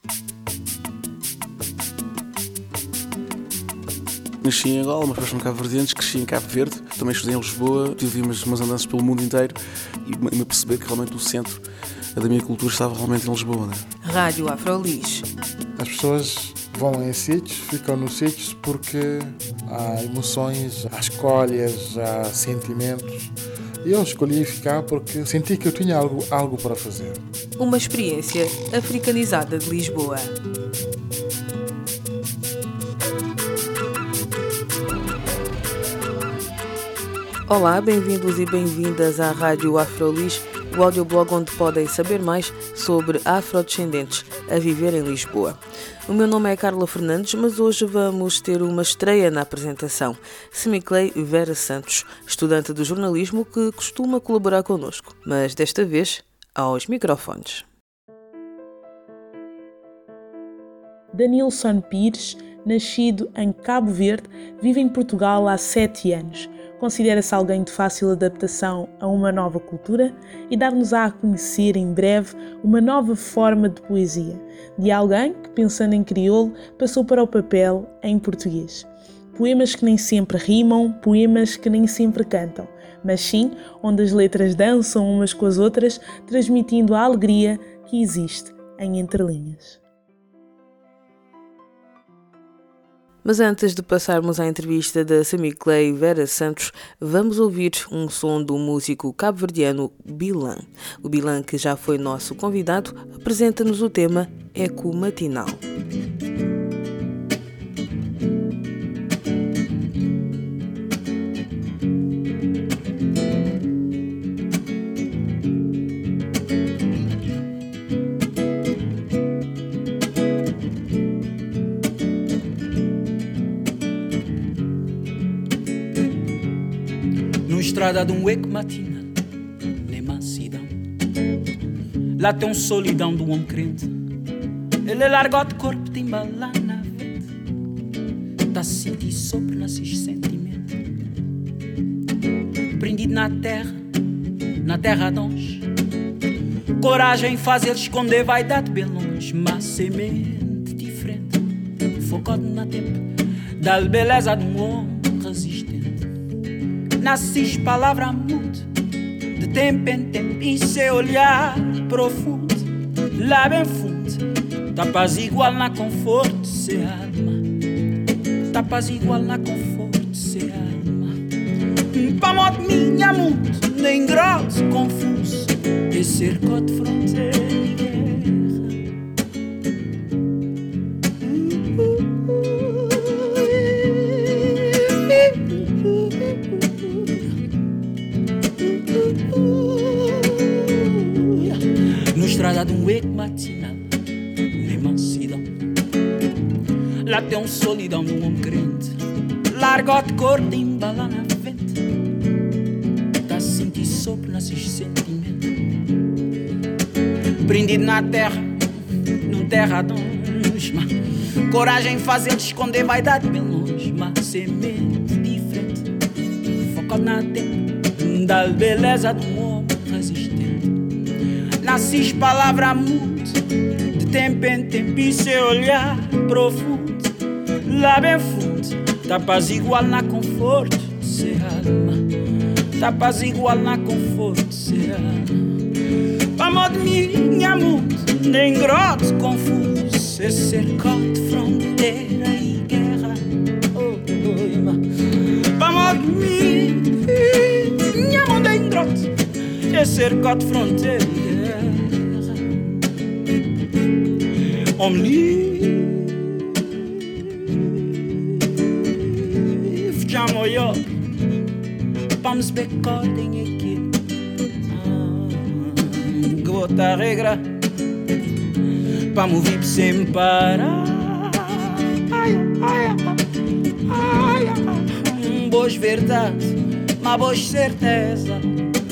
Nasci em Angola, mas depois sou cabo-verdientes, cresci em Cabo Verde, também estudei em Lisboa, tive umas andanças pelo mundo inteiro e me perceber que realmente o centro da minha cultura estava realmente em Lisboa. Né? Rádio Afrolis. As pessoas vão em sítios, ficam nos sítios porque há emoções, há escolhas, há sentimentos. E eu escolhi ficar porque senti que eu tinha algo para fazer. Uma experiência africanizada de Lisboa. Olá, bem-vindos e bem-vindas à Rádio Afrolis, o audioblog onde podem saber mais sobre afrodescendentes a viver em Lisboa. O meu nome é Carla Fernandes, mas hoje vamos ter uma estreia na apresentação. Semiclei Vera Santos, estudante de jornalismo que costuma colaborar connosco, mas desta vez aos microfones. Danilson Pires, nascido em Cabo Verde, vive em Portugal há 7 anos. Considera-se alguém de fácil adaptação a uma nova cultura e dar-nos-á a conhecer em breve uma nova forma de poesia, de alguém que, pensando em crioulo, passou para o papel em português. Poemas que nem sempre rimam, poemas que nem sempre cantam, mas sim onde as letras dançam umas com as outras, transmitindo a alegria que existe em entrelinhas. Mas antes de passarmos à entrevista da Semiclei Vera Santos, vamos ouvir um som do músico cabo-verdiano Bilan. O Bilan, que já foi nosso convidado, apresenta-nos o tema Eco Matinal. Estrada de um eco matinal, nem mansidão. Lá tem solidão do homem crente. Ele largou de corpo, te embalar na vente. Tá sentindo sopro nesses sentimentos. Prendido na terra dons. Coragem faz ele esconder, vai dar de bem longe. Mas semente diferente, focado na tempo, da beleza de um homem resistente. Nasces palavra muda, de tempo em tempo, e seu olhar profundo, lá bem fundo, tapas igual na conforto, se alma, tapas igual na conforto, se alma. Para modo minha mundo, nem grosso, confuso, e cercou de fronteira e guerra. Estrada de um eco matinal, nem mansidão. Lá tem solidão de um homem crente. Largou de cor de embala na vente. Tá a sentir sopro nesses sentimentos. Prendido na terra, num terradões. Coragem faz ele esconder, vai dar de bem longe. Mas semente diferente, focado na tempo, da beleza do homem resistente. Nasces palavra muda, de tempo em tempo, e seu olhar profundo, lá bem fundo, tapas igual na conforto, se alma, tapas igual na conforto, se alma. Para modo minha mundo, nem grosso, confuso, se cercou de fronteira e guerra. Para modo minha mundo, nem grosso, se cercou de fronteira e guerra. Homem livre, chamo eu, vamos becordem aqui. Que botar regra, para mover sem parar. Boas verdade, mas boas certeza.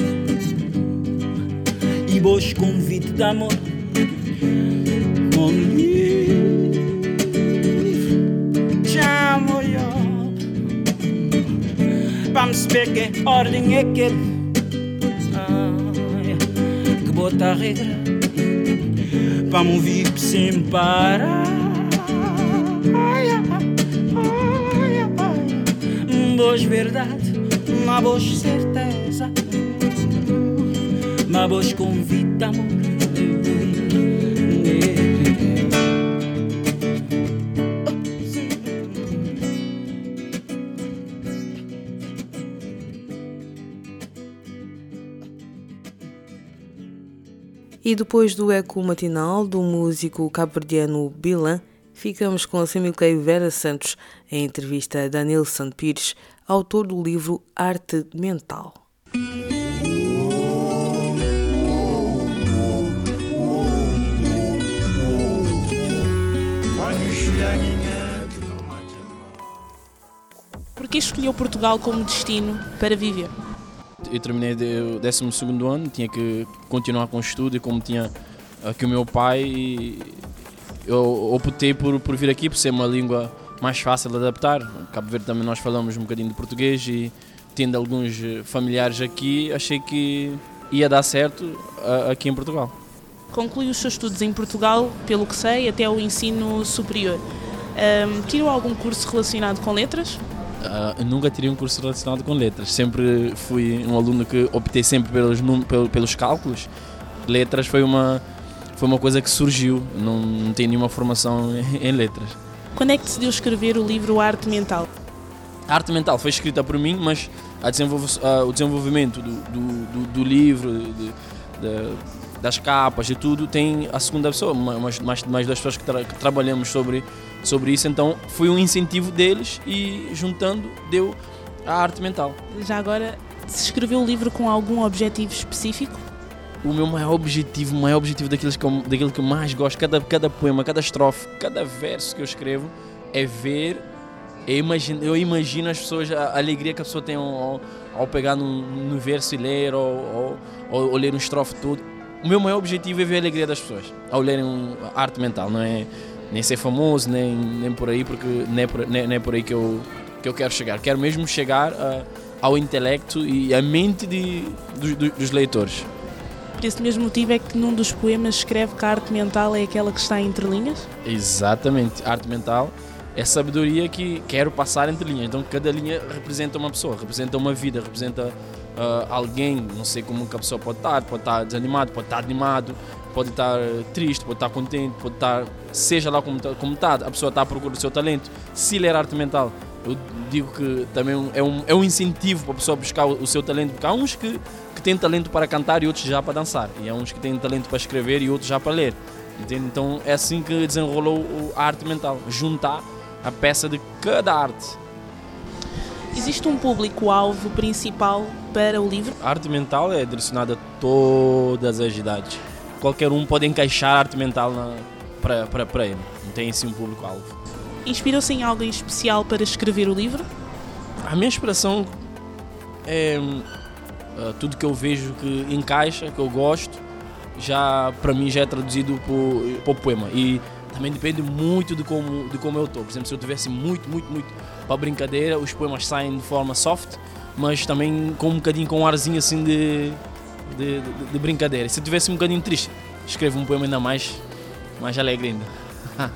E boas convite de amor. Homem livre, chamo eu, vamos ver que ordem é aquele que bota a regra, Vamos viver sem parar. Boas verdade, uma boa certeza, uma boa convite, amor. E depois do eco matinal do músico cabo-verdiano Bilan, ficamos com a Semilquei Vera Santos em entrevista a Danilson Pires, autor do livro Arte Mental. Por que escolheu Portugal como destino para viver? Eu terminei o 12º ano, tinha que continuar com o estudo e como tinha aqui o meu pai, eu optei por vir aqui, por ser uma língua mais fácil de adaptar. Cabo Verde também nós falamos um bocadinho de português e tendo alguns familiares aqui, achei que ia dar certo aqui em Portugal. Concluiu os seus estudos em Portugal, pelo que sei, até o ensino superior. Tirou algum curso relacionado com letras? Eu nunca tirei um curso relacionado com letras, sempre fui um aluno que optei sempre pelos cálculos. Letras foi uma coisa que surgiu, não tenho nenhuma formação em letras. Quando é que decidiu escrever o livro Arte Mental? A Arte Mental foi escrita por mim, mas o desenvolvimento do livro, das capas e tudo, tem a segunda pessoa, mais duas pessoas que trabalhamos sobre isso, então foi um incentivo deles e juntando deu a Arte Mental. Já agora, se escreveu o livro com algum objetivo específico? O meu maior objetivo daquilo que eu mais gosto, cada poema, cada estrofe, cada verso que eu escrevo, é ver, eu imagino as pessoas, a alegria que a pessoa tem ao pegar no verso e ler, ou ler um estrofe todo. O meu maior objetivo é ver a alegria das pessoas ao lerem a Arte Mental, não é nem ser famoso, nem por aí, porque nem é por aí que eu quero chegar. Quero mesmo chegar ao intelecto e à mente dos leitores. Por esse mesmo motivo é que num dos poemas escreve que a arte mental é aquela que está entre linhas? Exatamente, a arte mental é sabedoria que quero passar entre linhas, então cada linha representa uma pessoa, representa uma vida, representa alguém, não sei como que a pessoa pode estar desanimado, pode estar animado, pode estar triste, pode estar contente, pode estar, seja lá como está, a pessoa está à procura do seu talento. Se ler arte mental, eu digo que também é um incentivo para a pessoa buscar o seu talento, porque há uns que têm talento para cantar e outros já para dançar, e há uns que têm talento para escrever e outros já para ler, entende? Então é assim que desenrolou a arte mental, juntar a peça de cada arte. Existe um público-alvo principal para o livro? A arte mental é direcionada a todas as idades. Qualquer um pode encaixar a arte mental para ele, não tem assim um público-alvo. Inspirou-se em algo em especial para escrever o livro? A minha inspiração é tudo que eu vejo que encaixa, que eu gosto, para mim já é traduzido para o poema. E também depende muito de como eu estou. Por exemplo, se eu tivesse muito para brincadeira, os poemas saem de forma soft, mas também com um bocadinho, com um arzinho assim de brincadeira. Se eu tivesse um bocadinho triste, escrevo um poema ainda mais alegre ainda.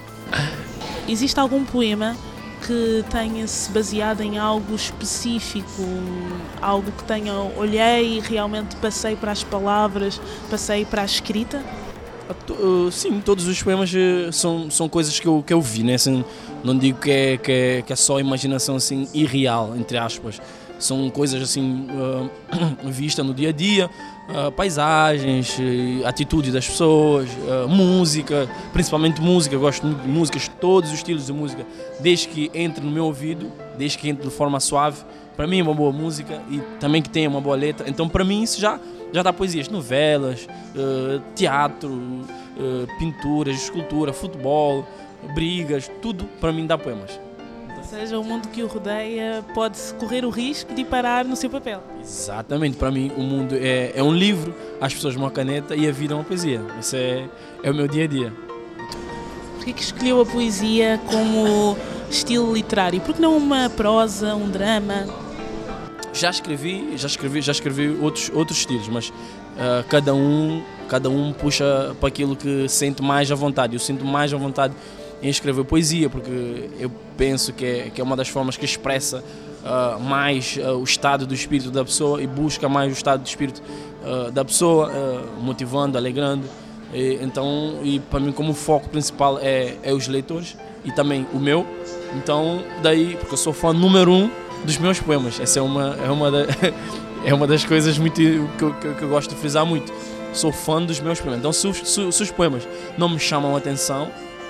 Existe algum poema que tenha-se baseado em algo específico, algo que tenha, olhei e realmente passei para as palavras, passei para a escrita? Sim, todos os poemas são coisas que eu vi, né? Assim, não digo que é só imaginação assim, irreal, entre aspas. São coisas assim, vistas no dia a dia, paisagens, atitudes das pessoas, música, principalmente música. Eu gosto muito de músicas, todos os estilos de música, desde que entre no meu ouvido, desde que entre de forma suave. Para mim é uma boa música e também que tenha uma boa letra. Então para mim isso já dá poesias, novelas, teatro, pinturas, escultura, futebol, brigas, tudo para mim dá poemas. Ou seja, o mundo que o rodeia pode correr o risco de parar no seu papel. Exatamente, para mim o mundo é um livro, as pessoas uma caneta e a vida é uma poesia. Isso é o meu dia a dia. Por que escolheu a poesia como estilo literário? Por que não uma prosa, um drama? Já escrevi outros estilos, mas cada um puxa para aquilo que sente mais à vontade. Eu sinto mais à vontade em escrever poesia, porque eu penso que é uma das formas que expressa mais o estado do espírito da pessoa e busca mais o estado do espírito da pessoa, motivando, alegrando. E para mim, como o foco principal é os leitores e também o meu, então daí, porque eu sou fã número 1 dos meus poemas. Essa é uma das coisas muito que eu gosto de frisar muito. Sou fã dos meus poemas. Então, se os poemas não me chamam a atenção,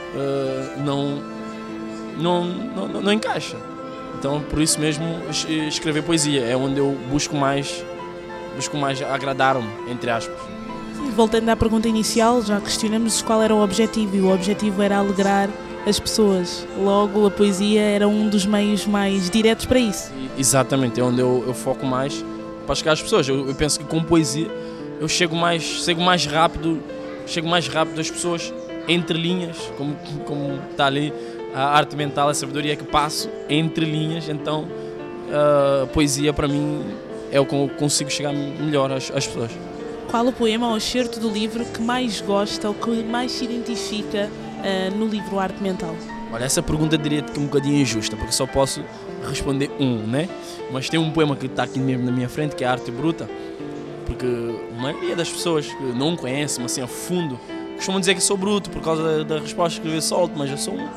não encaixa. Então, por isso mesmo, escrever poesia é onde eu busco mais agradar-me, entre aspas. Voltando à pergunta inicial, já questionamos qual era o objetivo, e o objetivo era alegrar as pessoas. Logo, a poesia era um dos meios mais diretos para isso. Exatamente, é onde eu foco mais para chegar às pessoas. Eu penso que com poesia eu chego mais rápido às pessoas, entre linhas, como está ali a arte mental, a sabedoria que passo entre linhas. Então a poesia para mim é o que eu consigo chegar melhor às pessoas. Qual o poema ou excerto do livro que mais gosta ou que mais se identifica no livro Arte Mental? Olha, essa pergunta diria que é um bocadinho injusta, porque só posso responder né? Mas tem um poema que está aqui mesmo na minha frente, que é a Arte Bruta, porque a maioria das pessoas que não conhecem assim a fundo costumam dizer que sou bruto por causa da resposta que eu solto, mas eu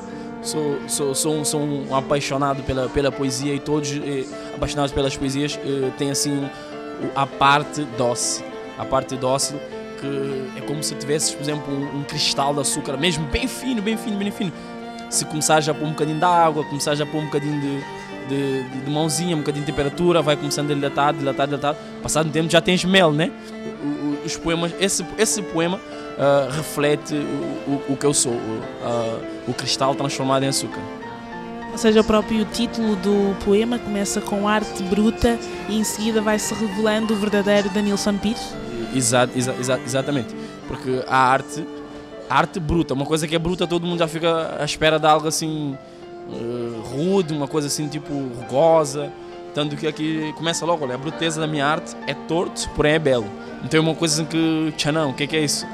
sou um apaixonado pela poesia, e todos apaixonados pelas poesias têm assim a parte dócil. A parte dócil, que é como se tivesses, por exemplo, um cristal de açúcar, mesmo bem fino. Se começares a pôr um bocadinho de água, começares a pôr um bocadinho de mãozinha, um bocadinho de temperatura, vai começando a dilatar. Passado um tempo já tens mel, né? Os poemas, esse poema reflete o que eu sou, o cristal transformado em açúcar. Ou seja, o próprio título do poema começa com Arte Bruta e em seguida vai-se revelando o verdadeiro Danilson Pires? Exatamente, porque a arte bruta, uma coisa que é bruta, todo mundo já fica à espera de algo assim rude, uma coisa assim tipo rugosa, tanto que aqui começa logo, olha, a bruteza da minha arte é torto, porém é belo. Então é uma coisa assim que, o que é isso?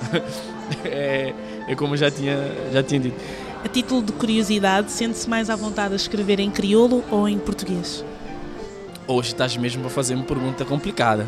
é como já tinha dito. A título de curiosidade, sente-se mais à vontade a escrever em crioulo ou em português? Hoje estás mesmo a fazer uma pergunta complicada.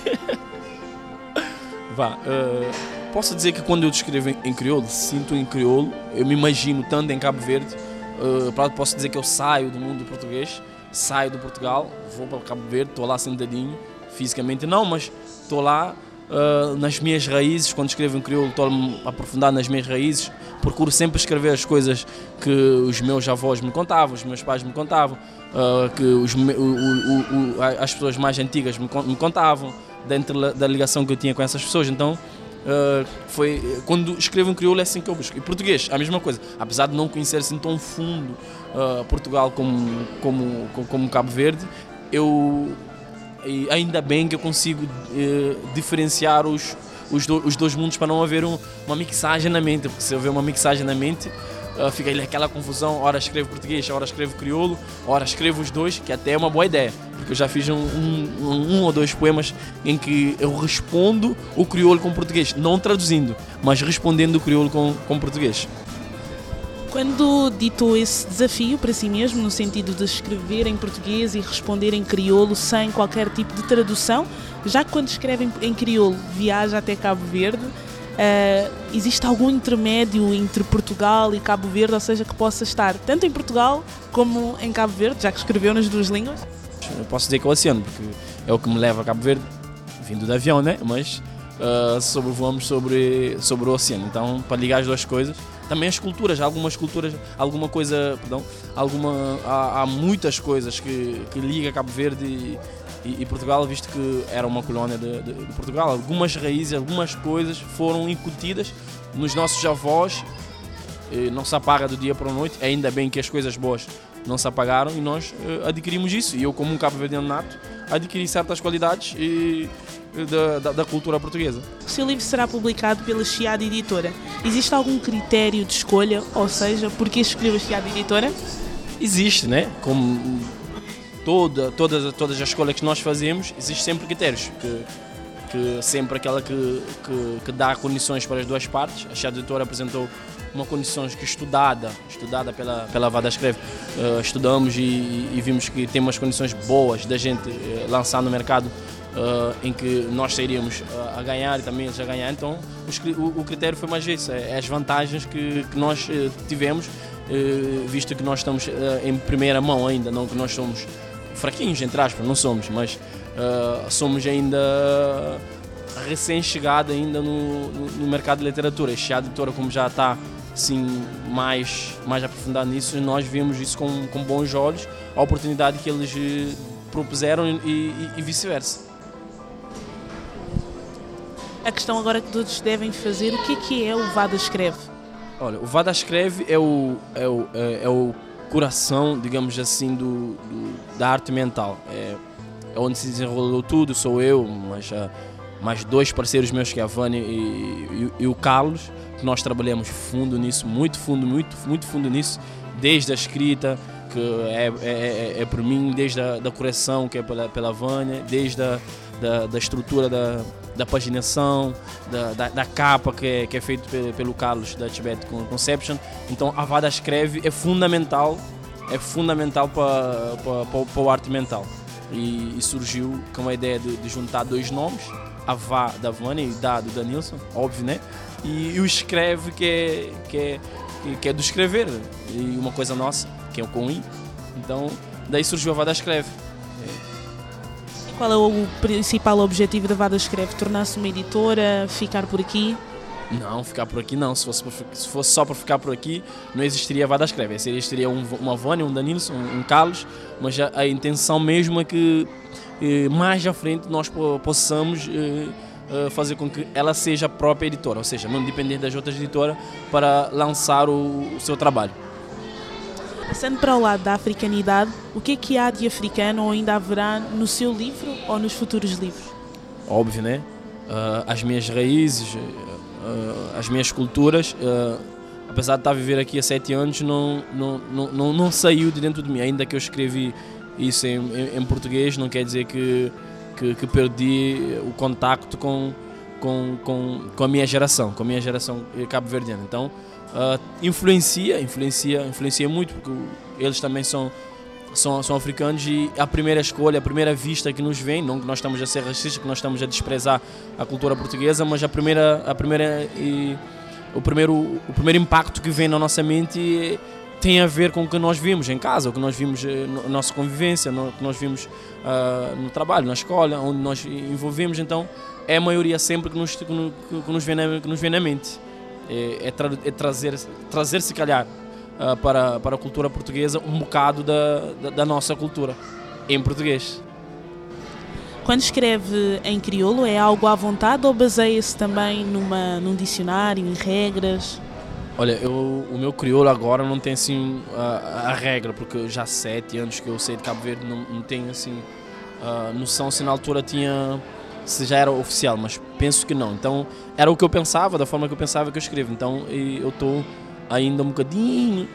Posso dizer que quando eu escrevo em crioulo, sinto em crioulo, eu me imagino estando em Cabo Verde. Posso dizer que eu saio do mundo português, saio de Portugal, vou para Cabo Verde, estou lá sentadinho, fisicamente não, mas estou lá nas minhas raízes. Quando escrevo em crioulo, estou a aprofundar nas minhas raízes, procuro sempre escrever as coisas que os meus avós me contavam, os meus pais me contavam, que as pessoas mais antigas me contavam, dentro da ligação que eu tinha com essas pessoas. Então quando escrevo em crioulo é assim que eu busco. E português, a mesma coisa, apesar de não conhecer assim tão fundo Portugal como Cabo Verde, ainda bem que eu consigo diferenciar os dois mundos, para não haver uma mixagem na mente, porque se houver uma mixagem na mente, fica aquela confusão, ora escrevo português, ora escrevo crioulo, ora escrevo os dois, que até é uma boa ideia, porque eu já fiz um ou dois poemas em que eu respondo o crioulo com português, não traduzindo, mas respondendo o crioulo com português. Quando ditou esse desafio para si mesmo, no sentido de escrever em português e responder em crioulo sem qualquer tipo de tradução, já que quando escreve em crioulo viaja até Cabo Verde, existe algum intermédio entre Portugal e Cabo Verde, ou seja, que possa estar tanto em Portugal como em Cabo Verde, já que escreveu nas duas línguas? Eu posso dizer que é o oceano, porque é o que me leva a Cabo Verde, vindo de avião, né? Mas sobrevoamos sobre o oceano, então para ligar as duas coisas. Também as culturas, há muitas coisas que liga Cabo Verde e Portugal, visto que era uma colónia de Portugal. Algumas raízes, algumas coisas foram incutidas nos nossos avós, não se apaga do dia para a noite, ainda bem que as coisas boas não se apagaram e nós adquirimos isso. E eu, como um cabo-verdiano nato, adquiri certas qualidades da cultura portuguesa. O seu livro será publicado pela Chiado Editora. Existe algum critério de escolha, ou seja, porque escolheu a Chiado Editora? Existe, né? Como todas as escolhas que nós fazemos, existem sempre critérios que que sempre aquela que dá condições para as duas partes. A Chá Editora apresentou uma condição que estudada pela Vada Escreve, estudamos e vimos que tem umas condições boas da gente lançar no mercado, em que nós sairíamos a ganhar e também eles a ganhar. Então o critério foi mais isso, as vantagens que nós tivemos, visto que nós estamos em primeira mão ainda, não que nós somos fraquinhos, entre aspas, não somos, mas somos ainda recém-chegado ainda no mercado de literatura. A Chá Editora, como já está assim, mais aprofundado nisso, nós vimos isso com bons olhos, a oportunidade que eles propuseram e vice-versa. A questão agora que todos devem fazer, o que é o Vada Escreve? Olha, o Vada Escreve é o coração, digamos assim, da arte mental. É onde se desenrolou tudo, sou eu, mas mais dois parceiros meus, que é a Vânia e o Carlos, que nós trabalhamos fundo nisso, muito fundo nisso, desde a escrita, que é por mim, desde a correção, que é pela Vânia, desde da estrutura da paginação, da capa, que é feito pelo Carlos da Tibet Conception. Então a Vada Escreve é fundamental para o arte mental. E surgiu com a ideia de juntar dois nomes, a Vá da Vânia e da do Danilson, óbvio, né? E o Escreve, que é do escrever, e uma coisa nossa, que é o com I. Então daí surgiu a Vada Escreve. Qual é o principal objetivo da Vada Escreve? Tornar-se uma editora? Ficar por aqui? Não, ficar por aqui não. Se fosse só para ficar por aqui, não existiria a Vada Escreve. Existiria uma Vânia, um Danilson, um Carlos, mas a intenção mesmo é que mais à frente nós possamos fazer com que ela seja a própria editora, ou seja, não depender das outras editoras para lançar o seu trabalho. Passando para o lado da africanidade, o que há de africano ou ainda haverá no seu livro ou nos futuros livros? Óbvio, né? As minhas raízes, as minhas culturas, apesar de estar a viver aqui há 7 anos, não saiu de dentro de mim. Ainda que eu escrevi isso em português, não quer dizer que perdi o contacto com a minha geração cabo-verdiana. Então, influencia muito, porque eles também são africanos, e a primeira escolha, a primeira vista que nos vem, não que nós estamos a ser racistas, que nós estamos a desprezar a cultura portuguesa, mas o primeiro impacto que vem na nossa mente tem a ver com o que nós vimos em casa, o que nós vimos na nossa convivência, o que nós vimos no trabalho, na escola, onde nós envolvemos. Então é a maioria sempre que nos vem na mente. É trazer se calhar para a cultura portuguesa um bocado da nossa cultura em português. Quando escreve em crioulo, é algo à vontade ou baseia-se também num dicionário, em regras? Olha, o meu crioulo agora não tem assim a regra, porque já há 7 anos que eu sei de Cabo Verde, não tenho assim noção se na altura se já era oficial, mas penso que não. Então era o que eu pensava, da forma que eu pensava que eu escrevo. Então eu estou ainda um bocadinho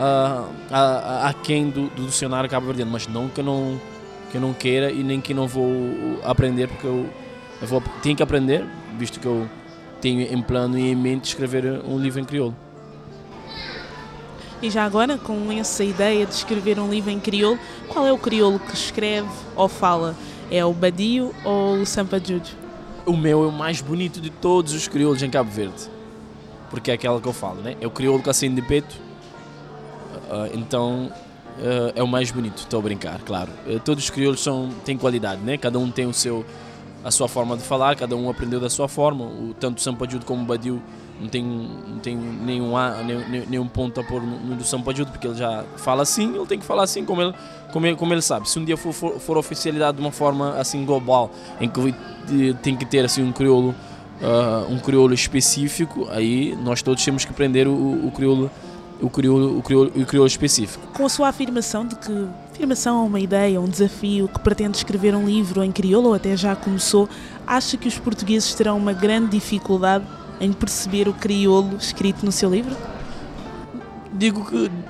aquém do dicionário cabo-verdiano, mas não que eu não queira e nem que não vou aprender, porque eu tenho que aprender, visto que eu tenho em plano e em mente escrever um livro em crioulo. E já agora, com essa ideia de escrever um livro em crioulo, qual é o crioulo que escreve ou fala? É o Badio ou o Sampajudo? O meu é o mais bonito de todos os crioulos em Cabo Verde, porque é aquela que eu falo, né? É o crioulo que acende de peito, então é o mais bonito. Estou a brincar, claro. Todos os crioulos têm qualidade, né? Cada um tem a sua forma de falar, cada um aprendeu da sua forma. Tanto o Sampajudo como o Badio não tem nenhum ponto a pôr no do Sampajudo, porque ele já fala assim, ele tem que falar assim como ele sabe. Se um dia for oficialidade de uma forma assim global, em que tem que ter assim um crioulo específico, aí nós todos temos que aprender o crioulo específico. Com a sua afirmação de que afirmação é uma ideia, um desafio, que pretende escrever um livro em crioulo, ou até já começou, acha que os portugueses terão uma grande dificuldade em perceber o crioulo escrito no seu livro?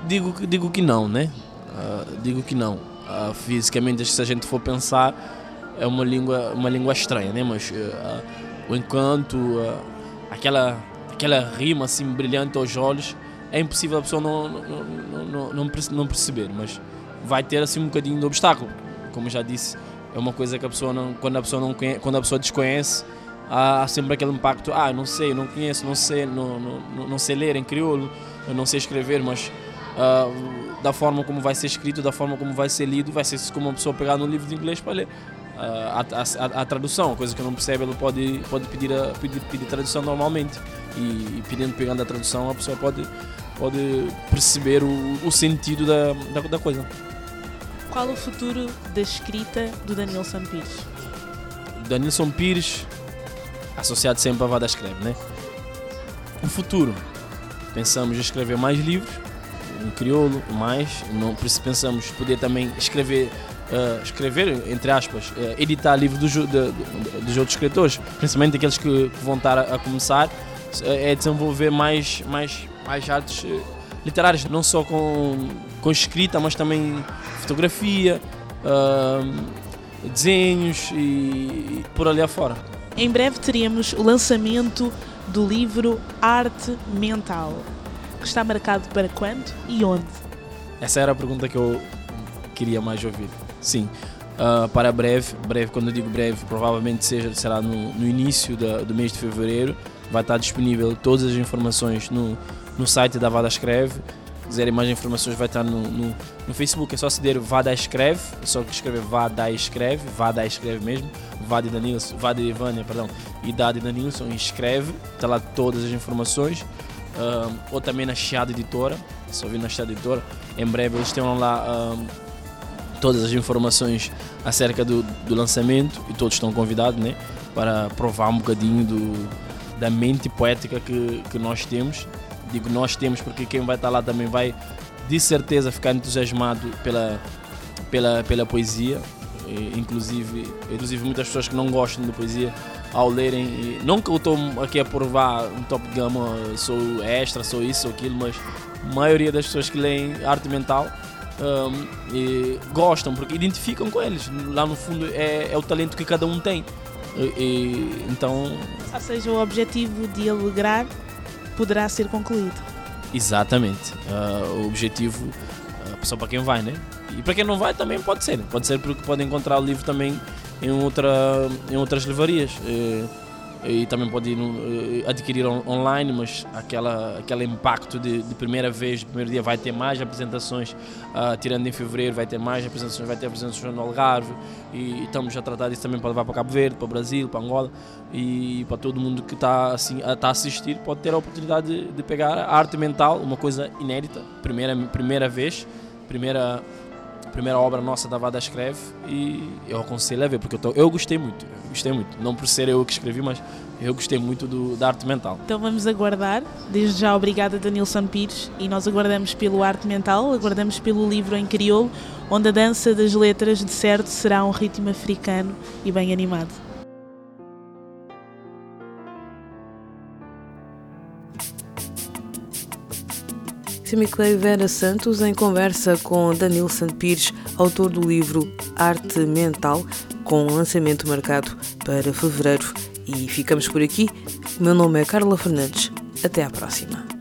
Digo que não, né? Digo que não. Fisicamente, se a gente for pensar, é uma língua estranha, né? Mas o encanto, aquela rima assim brilhante aos olhos, é impossível a pessoa não perceber, mas vai ter assim um bocadinho de obstáculo. Como já disse, é uma coisa que a pessoa quando a pessoa desconhece, há sempre aquele impacto. Não sei, não conheço, não sei ler em crioulo, eu não sei escrever, mas da forma como vai ser escrito, da forma como vai ser lido, vai ser como uma pessoa pegar no livro de inglês para ler. A tradução, a coisa que não percebe, ele pode pedir tradução normalmente, e pegando a tradução, a pessoa pode perceber o sentido da coisa. Qual o futuro da escrita do Danilson Pires? Danilson Pires, associado sempre a Vada Escreve, né? O futuro, pensamos em escrever mais livros em crioulo, pensamos poder também escrever, entre aspas, editar livros dos outros escritores, principalmente aqueles que vão estar a começar, é desenvolver mais artes literárias, não só com escrita, mas também fotografia, desenhos e por ali afora. Em breve teríamos o lançamento do livro Arte Mental, que está marcado para quando e onde? Essa era a pergunta que eu queria mais ouvir. Sim, para breve, quando eu digo breve, provavelmente será no início do mês de fevereiro. Vai estar disponível todas as informações no site da Vada Escreve. Se quiserem mais informações, vai estar no Facebook. É só aceder Vada Escreve, é só escrever Vada Escreve mesmo, Vada e Vânia, e Dada e Danilson, e escreve, está lá todas as informações. Ou também na Chiado Editora, só vi na Chiado Editora. Em breve eles terão lá todas as informações acerca do lançamento, e todos estão convidados, né, para provar um bocadinho da mente poética que nós temos. Digo nós temos porque quem vai estar lá também vai de certeza ficar entusiasmado pela poesia, inclusive muitas pessoas que não gostam de poesia, ao lerem, não que eu estou aqui a provar um top de gama, sou extra, sou isso, sou aquilo, mas a maioria das pessoas que leem arte mental gostam, porque identificam com eles. Lá no fundo é o talento que cada um tem. Então, ou seja, o objetivo de alegrar poderá ser concluído. Exatamente. O objetivo só para quem vai, né? E para quem não vai também pode ser porque pode encontrar o livro também em outras livrarias, e também pode ir adquirir online, mas aquele impacto de primeira vez, de primeiro dia, vai ter mais apresentações, tirando em fevereiro vai ter mais apresentações, vai ter apresentações no Algarve, e estamos a tratar disso também para levar para Cabo Verde, para o Brasil, para Angola, e para todo mundo que está a assistir pode ter a oportunidade de pegar a arte mental, uma coisa inédita, primeira vez, primeira obra nossa da Vada Escreve, e eu aconselho a ver, porque eu gostei muito, não por ser eu que escrevi, mas eu gostei muito da arte mental. Então vamos aguardar. Desde já, obrigada, Danilson Pires, e nós aguardamos pelo Arte Mental, aguardamos pelo livro em crioulo, onde a dança das letras de certo será um ritmo africano e bem animado. Simiclei Vera Santos em conversa com Danilson Pires, autor do livro Arte Mental, com lançamento marcado para fevereiro. E ficamos por aqui. O meu nome é Carla Fernandes. Até à próxima.